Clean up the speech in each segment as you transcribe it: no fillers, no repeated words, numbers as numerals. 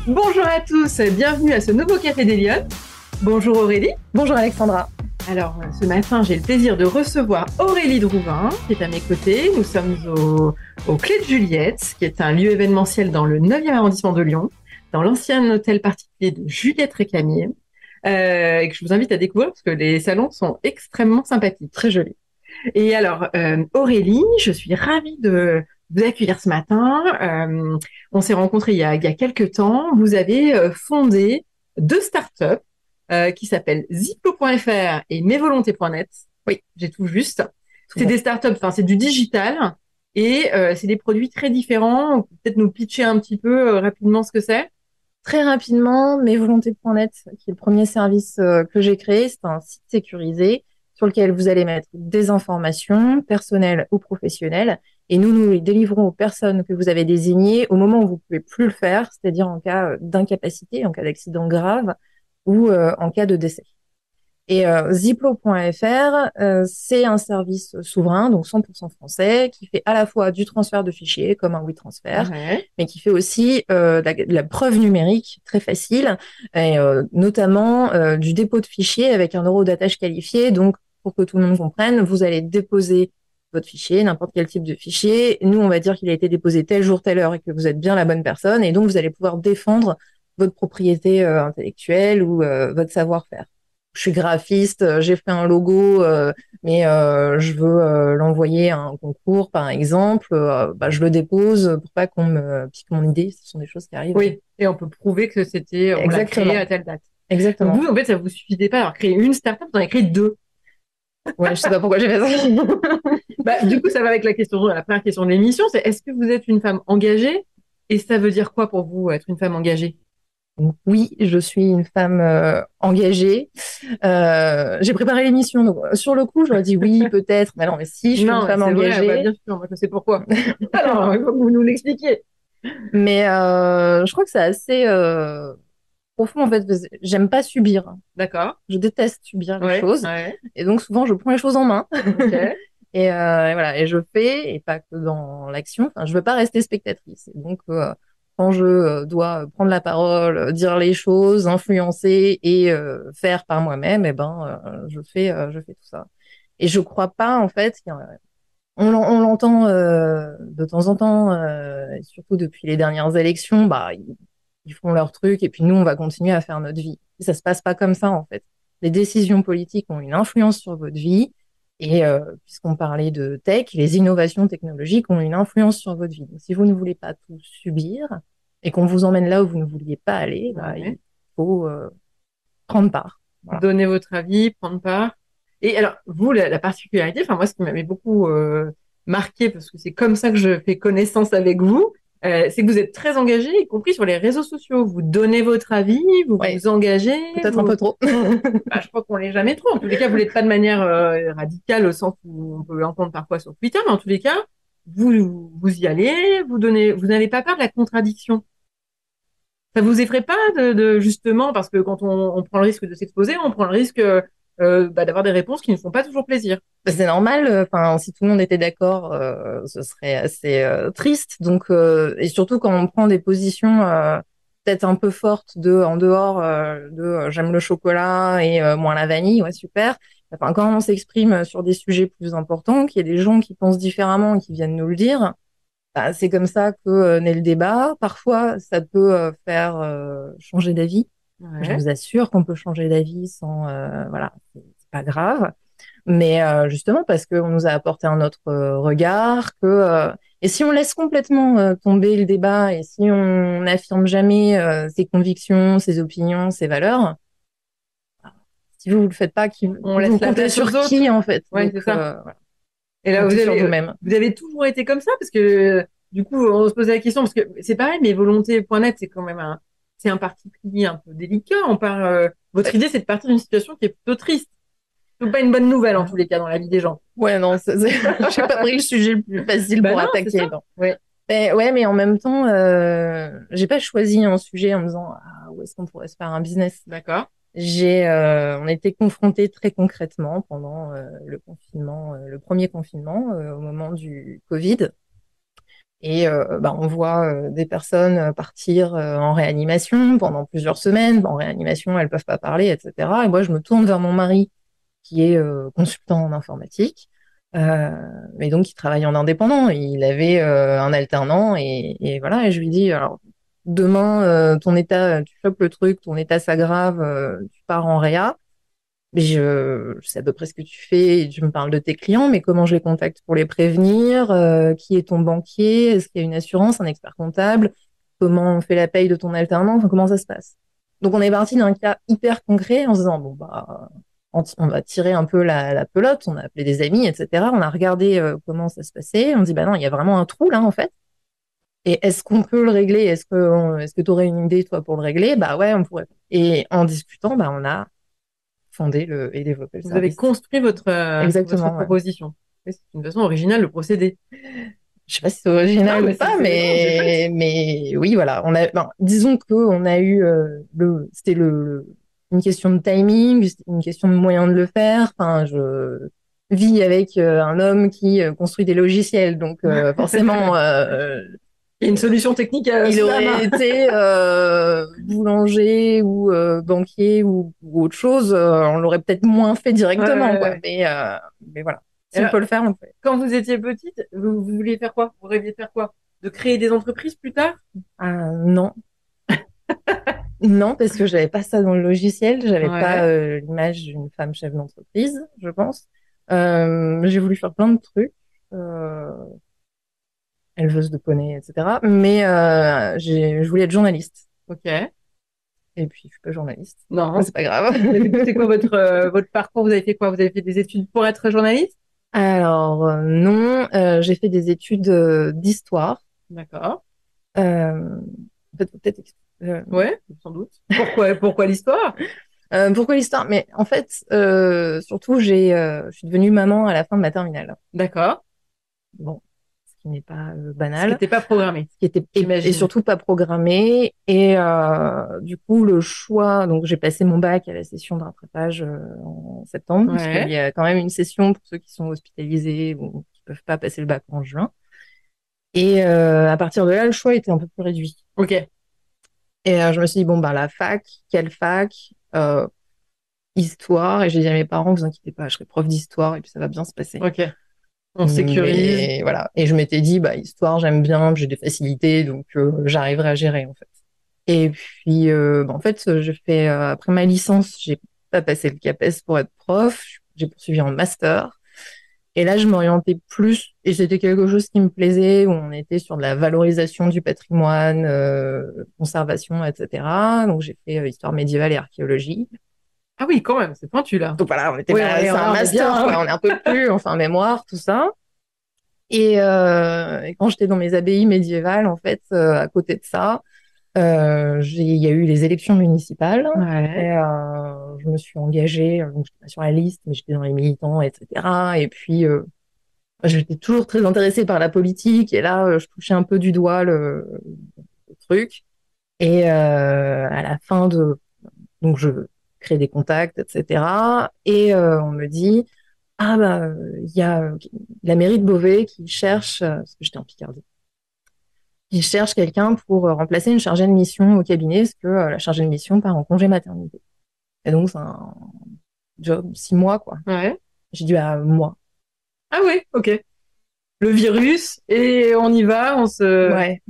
Bonjour à tous, bienvenue à ce nouveau Café des Lyonnes. Bonjour Aurélie. Bonjour Alexandra. Alors ce matin, j'ai le plaisir de recevoir Aurélie Drouin qui est à mes côtés. Nous sommes au Clé de Juliette, qui est un lieu événementiel dans le 9e arrondissement de Lyon, dans l'ancien hôtel particulier de Juliette Récamier, et que je vous invite à découvrir parce que les salons sont extrêmement sympathiques, très jolis. Et alors, Aurélie, je suis ravie de vous accueillir ce matin. On s'est rencontrés il y a quelques temps. Vous avez fondé deux startups qui s'appellent Ziplo.fr et Mesvolontés.net. Oui, j'ai tout juste. C'est des startups, enfin c'est du digital et c'est des produits très différents. On peut peut-être nous pitcher un petit peu rapidement ce que c'est. Très rapidement, mesvolontés.net, qui est le premier service que j'ai créé, c'est un site sécurisé sur lequel vous allez mettre des informations personnelles ou professionnelles, et nous les délivrons aux personnes que vous avez désignées au moment où vous pouvez plus le faire, c'est-à-dire en cas d'incapacité, en cas d'accident grave ou en cas de décès. Et Ziplo.fr, c'est un service souverain, donc 100% français, qui fait à la fois du transfert de fichiers, comme un WeTransfer, mais qui fait aussi de la preuve numérique très facile, et notamment du dépôt de fichiers avec un euro d'attache qualifié. Donc, pour que tout le monde comprenne, vous allez déposer votre fichier, n'importe quel type de fichier. Nous, on va dire qu'il a été déposé tel jour, telle heure, et que vous êtes bien la bonne personne, et donc vous allez pouvoir défendre votre propriété intellectuelle ou votre savoir-faire. Je suis graphiste, j'ai fait un logo, mais je veux l'envoyer à un concours, par exemple, je le dépose pour pas qu'on me pique mon idée. Ce sont des choses qui arrivent. Oui, et on peut prouver que c'était, on l'a créé à telle date. Exactement. Donc vous, en fait, ça vous suffisait pas d'avoir créé une startup, vous en avez créé deux. Ouais, je sais pas pourquoi j'ai fait ça. Du coup, ça va avec la première question de l'émission, c'est est-ce que vous êtes une femme engagée? Et ça veut dire quoi pour vous, être une femme engagée? Donc, oui, je suis une femme engagée. J'ai préparé l'émission, donc sur le coup, j'aurais dit oui, peut-être. Mais non, mais si, je suis une femme engagée. Vrai, bien sûr, moi je sais pourquoi. Alors, il faut que vous nous l'expliquiez. Mais je crois que c'est assez profond en fait. J'aime pas subir. D'accord. Je déteste subir les choses. Ouais. Et donc souvent, je prends les choses en main. Okay. Et voilà, et je fais, et pas que dans l'action. Enfin, je veux pas rester spectatrice. Et donc, quand je dois prendre la parole, dire les choses, influencer et faire par moi-même, eh ben, je fais tout ça. Et je crois pas, en fait, on l'entend de temps en temps, et surtout depuis les dernières élections, ils font leur truc, et puis nous, on va continuer à faire notre vie. Et ça se passe pas comme ça, en fait. Les décisions politiques ont une influence sur votre vie. Et puisqu'on parlait de tech, les innovations technologiques ont une influence sur votre vie. Donc, si vous ne voulez pas tout subir et qu'on vous emmène là où vous ne vouliez pas aller, il faut prendre part. Voilà. Donner votre avis, prendre part. Et alors, vous, la particularité, enfin moi, ce qui m'avait beaucoup marqué, parce que c'est comme ça que je fais connaissance avec vous, c'est que vous êtes très engagé, y compris sur les réseaux sociaux. Vous donnez votre avis, vous vous engagez. Peut-être un peu trop. Je crois qu'on l'est jamais trop. En tous les cas, vous l'êtes pas de manière radicale au sens où on peut l'entendre parfois sur Twitter, mais en tous les cas, vous y allez, vous n'avez pas peur de la contradiction. Ça vous effraie pas justement, parce que quand on prend le risque de s'exposer, on prend le risque d'avoir des réponses qui ne font pas toujours plaisir. C'est normal. Enfin, si tout le monde était d'accord, ce serait assez triste. Donc, et surtout quand on prend des positions peut-être un peu fortes en dehors de j'aime le chocolat et moins la vanille, ouais super. Enfin, quand on s'exprime sur des sujets plus importants, qu'il y a des gens qui pensent différemment et qui viennent nous le dire, c'est comme ça que naît le débat. Parfois, ça peut faire changer d'avis. Ouais. Je vous assure qu'on peut changer d'avis sans, voilà, c'est pas grave. Mais justement parce qu'on nous a apporté un autre regard, et si on laisse complètement tomber le débat et si on n'affirme jamais ses convictions, ses opinions, ses valeurs, si vous le faites pas, on laisse la place sur aux qui en fait. Ouais, c'est ça. Voilà. Et là, vous avez toujours été comme ça, parce que du coup, on se posait la question, parce que c'est pareil, mais volonté.net, c'est quand même c'est un parti pris un peu délicat. Votre idée, c'est de partir d'une situation qui est plutôt triste. C'est pas une bonne nouvelle, en tous les cas, dans la vie des gens. Ouais, non, j'ai pas pris le sujet le plus facile pour attaquer. Non. Ouais. Mais en même temps, j'ai pas choisi un sujet en me disant, où est-ce qu'on pourrait se faire un business? D'accord. On était confrontés très concrètement pendant le confinement, le premier confinement, au moment du Covid. Et on voit des personnes partir en réanimation pendant plusieurs semaines. En réanimation, elles peuvent pas parler, etc. Et moi, je me tourne vers mon mari, qui est consultant en informatique, mais donc il travaille en indépendant. Il avait un alternant et voilà. Et je lui dis, alors demain, ton état, tu chopes le truc, ton état s'aggrave, tu pars en réa. Mais je sais à peu près ce que tu fais, et tu me parles de tes clients, mais comment je les contacte pour les prévenir, qui est ton banquier, est-ce qu'il y a une assurance, un expert comptable, comment on fait la paye de ton alternant, enfin, comment ça se passe. Donc on est parti d'un cas hyper concret en se disant, bon, bah, on va tirer un peu la pelote, on a appelé des amis, etc. On a regardé comment ça se passait, on dit, bah non, il y a vraiment un trou là, en fait. Et est-ce qu'on peut le régler? Est-ce que tu aurais une idée, toi, pour le régler? Bah ouais, on pourrait. Et en discutant, bah, on a fondé et développé le Vous avez service. construit votre Exactement, ouais. proposition. Oui, c'est une façon originale de procéder. Je sais pas si c'est original Non, ou mais pas, non, c'est chouette. mais oui, voilà. Disons que on a eu c'était une question de timing, c'était une question de moyen de le faire. Enfin, je vis avec un homme qui construit des logiciels, donc forcément, Il y a une solution technique il sous la aurait main. été boulanger ou banquier ou autre chose, on l'aurait peut-être moins fait Ouais, directement, ouais, quoi. ouais. Mais voilà, si on Alors, peut le faire, on le fait. quand vous étiez petite, vous vouliez faire quoi? Vous rêviez de faire quoi? De créer des entreprises plus tard? Ah, non, non, parce que j'avais pas ça dans le logiciel, j'avais pas Ouais. l'image d'une femme chef d'entreprise, je pense. J'ai voulu faire plein de trucs, euh, éleveuse de poney, etc. Mais je voulais être journaliste. Ok. Et puis, je suis pas journaliste. Mais Non. c'est pas grave. Mais du coup, c'est quoi votre parcours? Vous avez fait quoi? Vous avez fait des études pour être journaliste? Alors, non, j'ai fait des études d'histoire. D'accord. En fait, peut-être. euh, Ouais, sans doute. Pourquoi l'histoire? Pourquoi l'histoire? Mais en fait, surtout, je suis devenue maman à la fin de ma terminale. D'accord. Bon, ce qui n'est pas Ce qui banal, n'était pas programmé, ce qui était et j'imagine. surtout pas programmé. Et du coup, le choix. Donc, j'ai passé mon bac à la session de rattrapage en septembre, puisqu'il Ouais. y a quand même une session pour ceux qui sont hospitalisés ou qui peuvent pas passer le bac en juin. Et à partir de là, le choix était un peu plus réduit. Ok. Et je me suis dit, bon, bah, la fac, quelle fac? Histoire. Et j'ai dit à mes parents, vous inquiétez pas, je serai prof d'histoire et puis ça va bien se passer. Ok. On sécurise. Mais voilà. Et je m'étais dit, bah, histoire, j'aime bien, j'ai des facilités, donc j'arriverai à gérer, en fait. Et puis, en fait, après ma licence, j'ai pas passé le CAPES pour être prof, j'ai poursuivi en master. Et là, je m'orientais plus, et c'était quelque chose qui me plaisait, où on était sur de la valorisation du patrimoine, conservation, etc. Donc, j'ai fait histoire médiévale et archéologie. Ah oui, quand même, c'est pointu là. Donc voilà, Oui, c'est un on est master, bien. quoi. On est un peu plus, enfin, mémoire, tout ça. Et quand j'étais dans mes abbayes médiévales, en fait, à côté de ça, il y a eu les élections municipales. Et Ouais. je me suis engagée, donc j'étais pas sur la liste, mais j'étais dans les militants, etc. Et puis, j'étais toujours très intéressée par la politique. Et là, je touchais un peu du doigt le truc. Et à la fin donc je crée des contacts, etc. Et on me dit, ah bah, il y a la mairie de Beauvais qui cherche, parce que j'étais en Picardie, qui cherche quelqu'un pour remplacer une chargée de mission au cabinet, parce que la chargée de mission part en congé maternité. Et donc, c'est un job 6 mois, quoi. Ouais. J'ai dit, à moi. Ah oui, ok. Le virus, et on y va, on se... Ouais.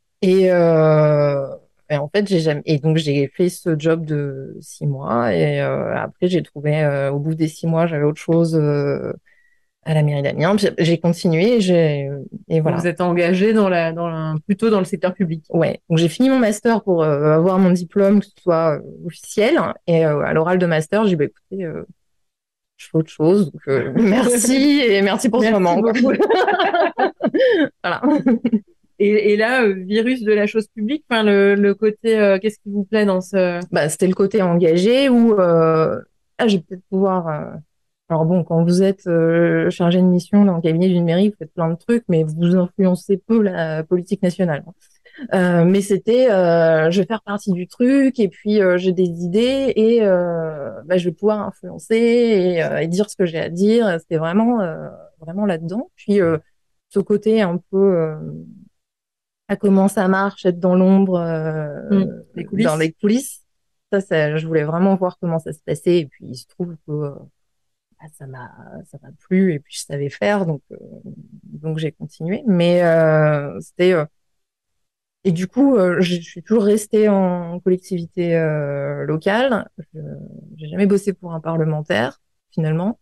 Et en fait, j'ai jamais. Et donc, j'ai fait ce job de 6 mois. Et après, j'ai trouvé, au bout des 6 mois, j'avais autre chose à la mairie d'Amiens. Puis j'ai continué et Vous voilà. vous êtes engagé plutôt dans le secteur public. Ouais. Donc, j'ai fini mon master pour avoir mon diplôme, que ce soit officiel. Et à l'oral de master, j'ai dit, bah, écoutez, je fais autre chose. Donc, merci et merci pour ce Merci moment, quoi. beaucoup. Voilà. Et là, virus de la chose publique, enfin le côté, qu'est-ce qui vous plaît dans ce... Bah, c'était le côté engagé où je vais peut-être pouvoir. Alors bon, quand vous êtes chargé de mission dans le cabinet d'une mairie, vous faites plein de trucs, mais vous influencez peu la politique nationale. Mais c'était, je vais faire partie du truc et puis j'ai des idées et je vais pouvoir influencer et dire ce que j'ai à dire. C'était vraiment, vraiment là-dedans. Puis ce côté un peu à comment ça marche, être dans l'ombre, Les dans coulisses. les coulisses. Je voulais vraiment voir comment ça se passait. Et puis, il se trouve que bah, ça m'a plu et puis je savais faire, donc j'ai continué. Mais et du coup, je suis toujours restée en collectivité locale. J'ai jamais bossé pour un parlementaire finalement.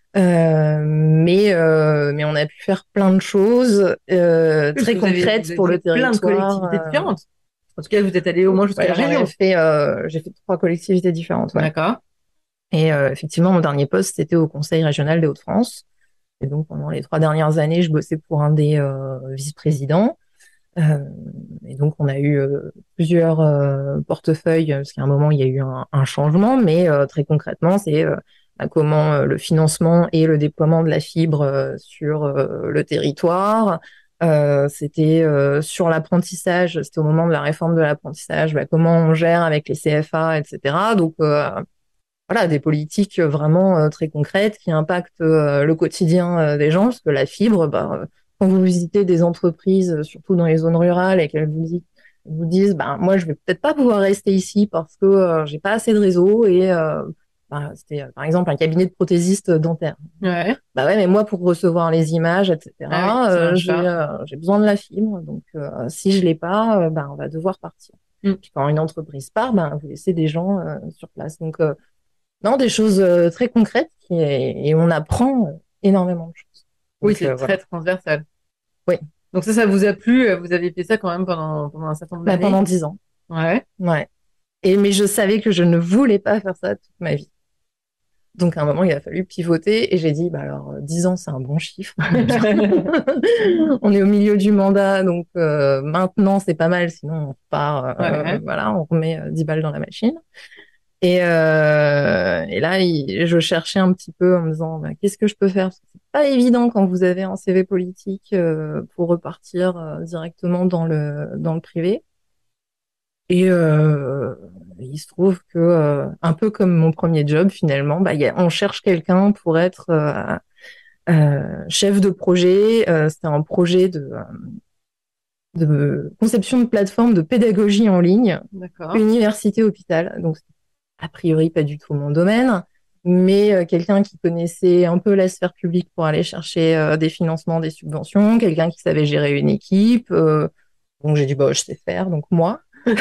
Mais on a pu faire plein de choses Parce que très concrètes vous avez pour le fait plein de territoire. collectivités différentes. En tout cas, vous êtes allé au moins jusqu'à Ouais, la région. j'ai fait 3 collectivités différentes, ouais. D'accord. Et effectivement, mon dernier poste, c'était au Conseil régional des Hauts-de-France. Et donc, pendant les 3 dernières années, je bossais pour un des vice-présidents. Euh, et donc, on a eu plusieurs portefeuilles, parce qu'à un moment, il y a eu un changement, mais très concrètement, c'est bah, comment le financement et le déploiement de la fibre sur le territoire. C'était sur l'apprentissage, c'était au moment de la réforme de l'apprentissage, bah, comment on gère avec les CFA, etc. Donc, voilà, des politiques vraiment très concrètes qui impactent le quotidien des gens, parce que la fibre, bah, quand vous visitez des entreprises, surtout dans les zones rurales, et qu'elles vous disent, bah, moi, je vais peut-être pas pouvoir rester ici parce que j'ai pas assez de réseau et bah, c'était par exemple un cabinet de prothésistes dentaires. Ouais. Bah ouais, mais moi, pour recevoir les images, Ah oui, etc., ça marche pas. j'ai besoin de la fibre, donc si je l'ai pas, bah, on va devoir partir. Mm. Puis quand une entreprise part, bah, vous laissez des gens sur place. Donc non, des choses très concrètes et on apprend énormément de choses. Oui, Donc c'est voilà. très transversal. Oui, Donc ça vous a plu. Vous avez fait ça quand même pendant un certain nombre bah, d'années. pendant 10 ans. Ouais. Ouais. Mais je savais que je ne voulais pas faire ça toute ma vie. Donc à un moment, il a fallu pivoter et j'ai dit, bah alors 10 ans, c'est un bon chiffre. On est au milieu du mandat, donc maintenant c'est pas mal, sinon on part, Ouais. voilà, on remet 10 balles dans la machine. Et là, je cherchais un petit peu en me disant, bah, qu'est-ce que je peux faire? Parce que c'est pas évident quand vous avez un CV politique pour repartir directement dans le privé. Et il se trouve que, un peu comme mon premier job finalement, bah, on cherche quelqu'un pour être chef de projet. C'était un projet de conception de plateforme de pédagogie en ligne, D'accord. université-hôpital. Donc a priori pas du tout mon domaine, mais quelqu'un qui connaissait un peu la sphère publique pour aller chercher des financements, des subventions, quelqu'un qui savait gérer une équipe. Donc j'ai dit bah je sais faire, donc moi.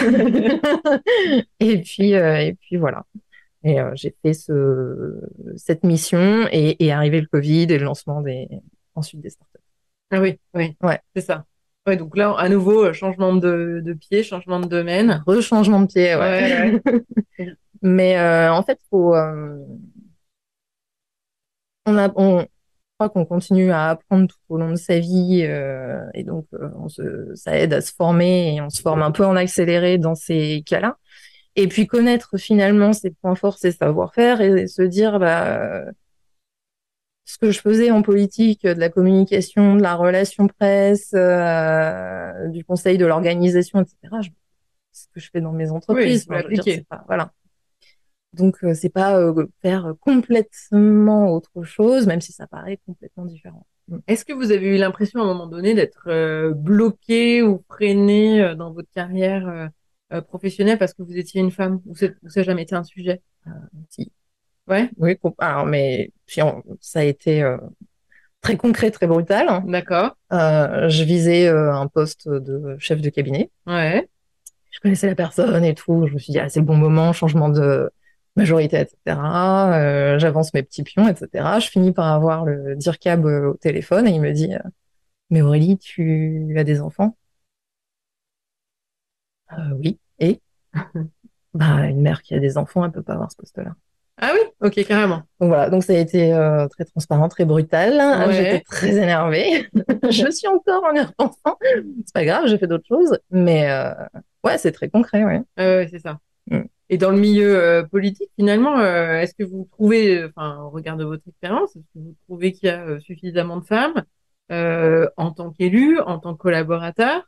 Et puis voilà. Et j'ai fait cette mission et arrivé le Covid et le lancement ensuite des startups. Ah oui, oui, Ouais, c'est ça. Ouais, donc là, à nouveau, changement de pied, changement de domaine. rechangement de pied, ouais. Ouais, Mais en fait, je crois qu'on continue à apprendre tout au long de sa vie et donc ça aide à se former et on se forme un peu en accéléré dans ces cas-là. Et puis connaître finalement ses points forts, ses savoir-faire et se dire bah, ce que je faisais en politique, de la communication, de la relation presse, du conseil de l'organisation, etc. C'est ce que je fais dans mes oui, entreprises. vous Enfin, je veux dire, l'appliquez. c'est pas voilà. Donc c'est pas faire complètement autre chose, même si ça paraît complètement différent. Mm. Est-ce que vous avez eu l'impression à un moment donné d'être bloqué ou freiné dans votre carrière professionnelle parce que vous étiez une femme ou ça n'a jamais été un sujet? Si. Ouais, Oui, alors, mais puis ça a été très concret, très brutal. d'accord. Je visais un poste de chef de cabinet. Ouais. Je connaissais la personne et tout. Je me suis dit, ah, c'est le bon moment, changement de majorité, etc. J'avance mes petits pions, etc. Je finis par avoir le DIRCAB au téléphone et il me dit, mais Aurélie, tu as des enfants? Oui. Et bah, une mère qui a des enfants, elle peut pas avoir ce poste-là. Ah oui, ok, carrément. Donc voilà, donc ça a été très transparent, très brutal. J'étais Ouais. très énervée. Je suis encore en y repensant. C'est pas grave, j'ai fait d'autres choses, mais ouais, c'est très concret, ouais. Ouais, c'est ça. Mm. Et dans le milieu politique, finalement, est-ce que vous trouvez, enfin, au regard de votre expérience, est-ce que vous trouvez qu'il y a suffisamment de femmes en tant qu'élus, en tant que collaborateurs?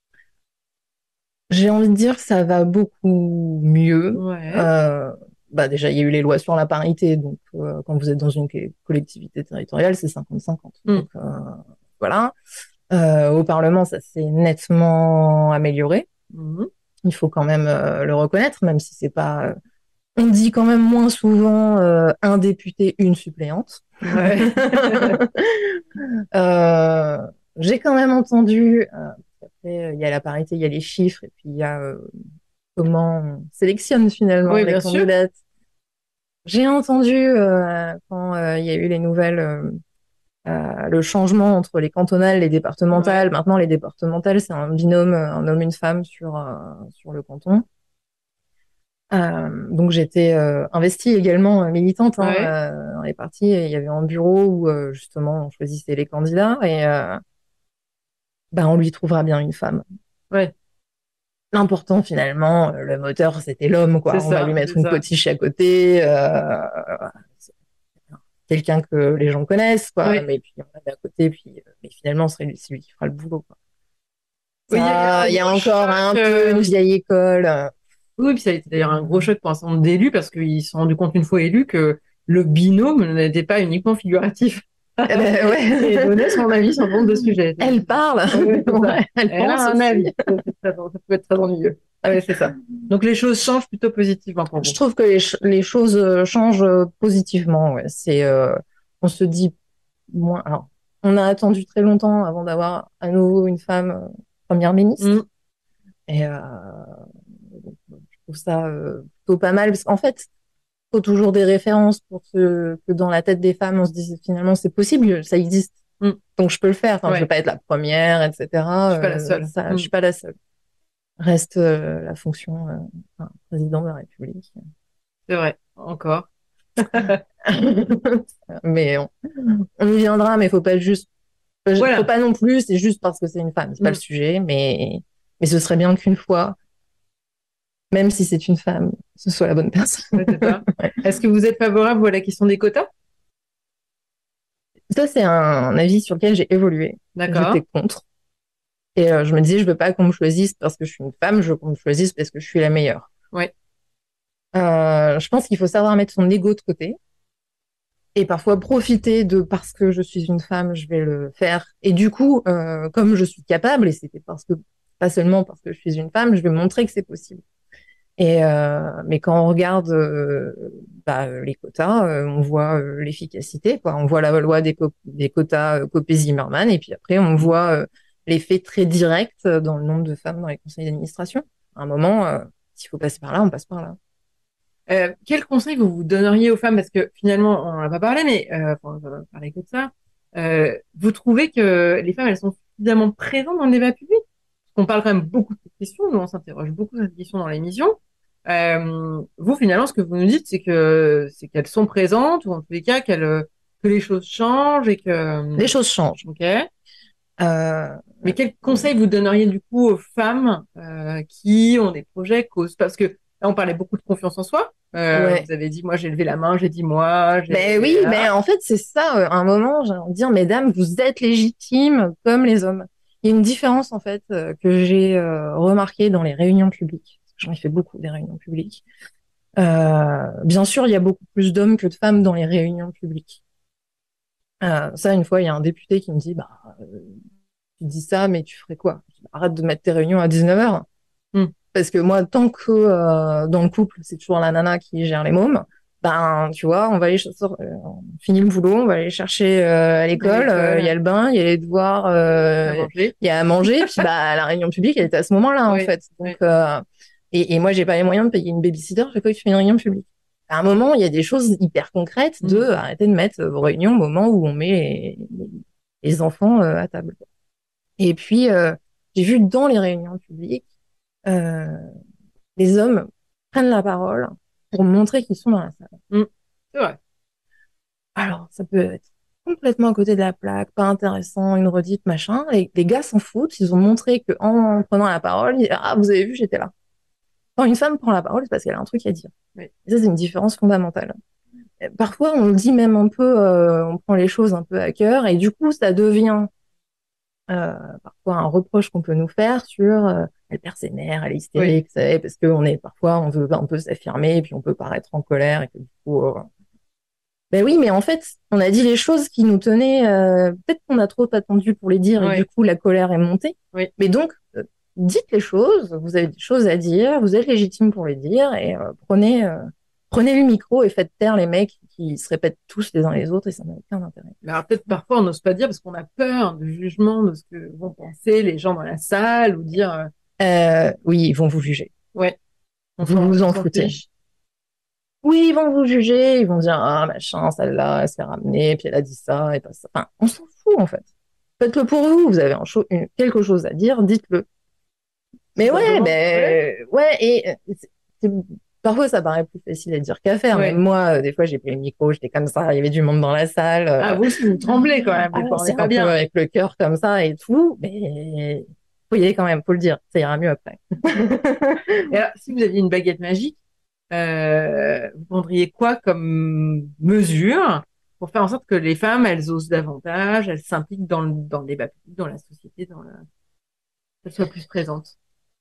J'ai envie de dire que ça va beaucoup mieux. Ouais. Bah déjà, il y a eu les lois sur la parité, donc quand vous êtes dans une collectivité territoriale, c'est 50-50. Hmm. Donc voilà. Au Parlement, ça s'est nettement amélioré. Mhm. Il faut quand même le reconnaître, même si c'est pas. On dit quand même moins souvent un député, une suppléante. Ouais. Euh, j'ai quand même entendu. Après, il y a la parité, il y a les chiffres, et puis il y a comment on sélectionne finalement Oui, les bien sûr. candidates. J'ai entendu quand il y a eu les nouvelles, le changement entre les cantonales et les Ouais. départementales. Maintenant, les départementales, c'est un binôme, un homme, une femme sur le canton. Donc j'étais investie également militante hein, Ouais. dans les partis. Et il y avait un bureau où justement on choisissait les candidats et ben, on lui trouvera bien une femme. Ouais. L'important finalement, le moteur, c'était l'homme, C'est quoi. On va lui ça, mettre c'est une ça. potiche à côté, quelqu'un que les gens connaissent, quoi. Oui. Mais puis on l'a à côté, puis mais finalement, c'est lui qui fera le boulot, quoi. Oui, il y a eu un Ça, il y a gros encore choc. un peu une vieille école. Oui, puis ça a été d'ailleurs un gros choc pour un certain nombre d'élus parce qu'ils se sont rendus compte une fois élus que le binôme n'était pas uniquement figuratif Eh ben, et ouais. donnait son avis sur un certain nombre de sujets. Elle parle, Oui, c'est ça. ouais, elle Elle a pense un aussi. avis. Ça peut être très ennuyeux. Ah oui, c'est ça. Donc les choses changent plutôt positivement pour Je vous. trouve que les choses changent positivement. Ouais. On se dit moins. Alors, on a attendu très longtemps avant d'avoir à nouveau une femme première Mm. ministre. Et je trouve ça plutôt pas mal parce qu'en fait, il faut toujours des références pour que dans la tête des femmes, on se dise finalement c'est possible, ça existe. Mm. Donc je peux le faire. Enfin, je veux Ouais, pas être la première, je etc. suis pas la seule. Je Mm. suis pas la seule. Reste la fonction président de la République. C'est vrai, encore. Mais on y viendra, mais faut Voilà. pas non plus, c'est juste parce que c'est une femme, c'est pas le Mm. sujet, mais ce serait bien qu'une fois, même si c'est une femme, ce soit la bonne personne. Ouais, c'est ça. Est-ce que vous êtes favorable à la question des quotas? Ça, c'est un avis sur lequel j'ai évolué. D'accord. J'étais contre. Et je me disais, je veux pas qu'on me choisisse parce que je suis une femme, je veux qu'on me choisisse parce que je suis la meilleure. Ouais. Je pense qu'il faut savoir mettre son ego de côté et parfois profiter de parce que je suis une femme, je vais le faire. Et du coup, comme je suis capable, et c'était parce que pas seulement parce que je suis une femme, je vais montrer que c'est possible. Mais quand on regarde les quotas, on voit l'efficacité, quoi. On voit la loi des quotas Copé-Zimmermann, et puis après on voit l'effet très direct dans le nombre de femmes dans les conseils d'administration. À un moment, s'il faut passer par là, on passe par là. Quel conseil vous donneriez aux femmes? Parce que finalement, on n'en a pas parlé, mais enfin, on va parler que de ça. Vous trouvez que les femmes, elles sont suffisamment présentes dans le débat public? On parle quand même beaucoup de cette question, nous on s'interroge beaucoup sur cette question dans l'émission. Vous, finalement, ce que vous nous dites, c'est qu'elles sont présentes, ou en tous les cas que les choses changent et que Les choses changent. ok. Euh, Mais quel conseil vous donneriez du coup aux femmes qui ont des projets cause? Parce que là, on parlait beaucoup de confiance en soi. ouais. Vous avez dit, moi, j'ai levé la main, j'ai dit moi, Ben oui, mais voilà. en fait, c'est ça. À un moment, j'ai envie de dire, mesdames, vous êtes légitimes comme les hommes. Il y a une différence, en fait, que j'ai remarquée dans les réunions publiques. J'en ai fait beaucoup des réunions publiques. Bien sûr, il y a beaucoup plus d'hommes que de femmes dans les réunions publiques. Ça, une fois, il y a un député qui me dit, bah, tu dis ça, mais tu ferais quoi? Je dis, arrête de mettre tes réunions à 19h. Hmm. Parce que moi, tant que dans le couple, c'est toujours la nana qui gère les mômes, ben, tu vois, on finit le boulot, on va aller chercher à À l'école, il y l'école, a le bain, il y a les devoirs, à manger. il y a à manger, puis bah, la réunion publique, elle était à ce moment-là, en Oui, fait. Donc, oui. et moi, j'ai pas les moyens de payer une babysitter chaque fois que tu fais une réunion publique. À un moment, il y a des choses hyper concrètes de Hmm. arrêter de mettre vos réunions au moment où on met les enfants à table. Et puis, j'ai vu dans les réunions publiques, euh, les hommes prennent la parole pour montrer qu'ils sont dans la salle. Hmm. C'est vrai. Alors, ça peut être complètement à côté de la plaque, pas intéressant, une redite, machin. Les gars s'en foutent. Ils ont montré qu'en prenant la parole, ah, vous avez vu, j'étais là. Quand une femme prend la parole, c'est parce qu'elle a un truc à dire. Oui. Et ça, c'est une différence fondamentale. Parfois, on le dit même un peu, on prend les choses un peu à cœur, et du coup, ça devient parfois un reproche qu'on peut nous faire sur elle perd ses nerfs, elle est Oui. hystérique, c'est parce qu'on est parfois on veut un peu s'affirmer et puis on peut paraître en colère et que du coup Ben oui, mais en fait, on a dit les choses qui nous tenaient. Peut-être qu'on a trop attendu pour les dire et du coup la colère est montée. Oui. Mais donc, dites les choses. Vous avez des choses à dire. Vous êtes légitime pour les dire et prenez le micro et faites taire les mecs qui se répètent tous les uns les autres et ça n'a aucun intérêt. Mais alors peut-être parfois on n'ose pas dire parce qu'on a peur du jugement de ce que vont penser les gens dans la salle ou dire. Oui, ils vont vous juger. Ouais. Vous en foutez. Oui, ils vont vous juger, ils vont dire ah machin, celle-là, elle s'est ramenée, puis elle a dit ça et pas ça. Enfin, on s'en fout en fait. Faites-le pour vous. Vous avez quelque chose à dire, dites-le. Mais et parfois ça paraît plus facile à dire qu'à faire. Même moi, des fois j'ai pris le micro, j'étais comme ça, il y avait du monde dans la salle. Ah vous aussi vous tremblez quand même, c'est pas bien. Avec le cœur comme ça et tout, mais faut y aller quand même, faut le dire, ça ira mieux après. Et alors, si vous aviez une baguette magique, vous prendriez quoi comme mesure pour faire en sorte que les femmes, elles osent davantage, elles s'impliquent dans le débat public, dans la société, qu'elles soient plus présentes?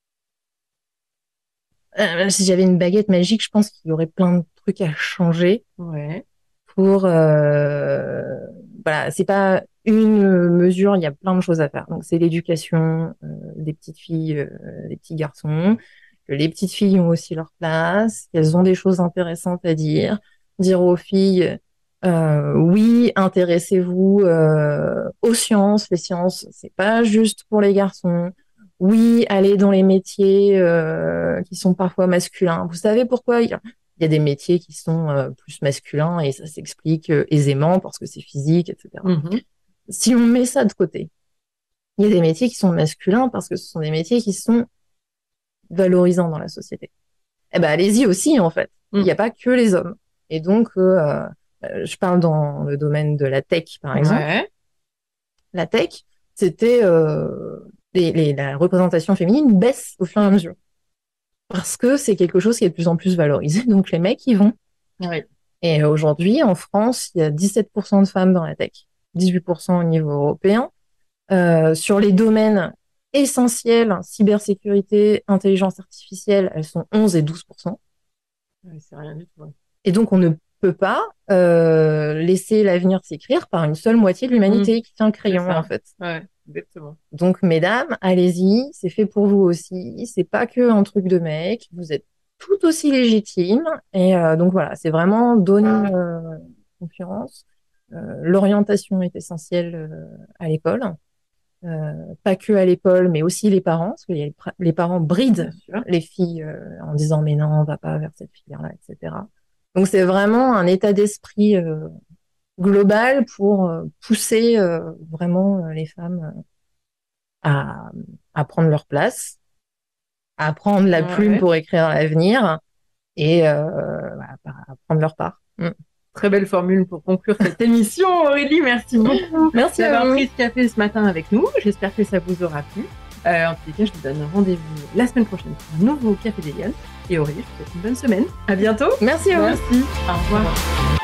Si j'avais une baguette magique, je pense qu'il y aurait plein de trucs à changer. Ouais. Pour voilà, c'est pas une mesure, il y a plein de choses à faire. Donc c'est l'éducation des petites filles, des petits garçons. Les petites filles ont aussi leur place, qu'elles ont des choses intéressantes à dire. Dire aux filles, oui, intéressez-vous aux sciences. Les sciences, c'est pas juste pour les garçons. Oui, allez dans les métiers qui sont parfois masculins. Vous savez pourquoi il y a des métiers qui sont plus masculins et ça s'explique aisément parce que c'est physique, etc. Mm-hmm. Si on met ça de côté, il y a des métiers qui sont masculins parce que ce sont des métiers qui sont valorisants dans la société. Eh ben, allez-y aussi, en fait. Il n'y a pas que les hommes. Et donc, je parle dans le domaine de la tech, par exemple. Ouais. La tech, c'était la représentation féminine baisse au fur et à mesure. Parce que c'est quelque chose qui est de plus en plus valorisé. Donc, les mecs, ils vont. Oui. Et aujourd'hui, en France, il y a 17% de femmes dans la tech, 18% au niveau européen. Sur les domaines essentiels, cybersécurité, intelligence artificielle, elles sont 11 et 12%. Ouais, c'est rien du tout. Ouais. Et donc, on ne peut pas laisser l'avenir s'écrire par une seule moitié de l'humanité qui tient le crayon, en fait. Ouais, exactement. Donc, mesdames, allez-y, c'est fait pour vous aussi. C'est pas que un truc de mec. Vous êtes tout aussi légitime. Et donc, voilà, c'est vraiment donner confiance. L'orientation est essentielle à l'école. Pas que à l'école, mais aussi les parents, parce que les parents brident les filles en disant mais non, on va pas vers cette filière-là, etc. Donc c'est vraiment un état d'esprit global pour pousser vraiment les femmes à prendre leur place, à prendre la plume pour écrire l'avenir et à prendre leur part. Très belle formule pour conclure cette émission. Aurélie, merci beaucoup. Merci d'avoir pris ce café ce matin avec nous. J'espère que ça vous aura plu. En tous les cas, je vous donne rendez-vous la semaine prochaine pour un nouveau Café des Lionnes. Et Aurélie, je vous souhaite une bonne semaine. À bientôt. Merci à vous. Merci. Au revoir.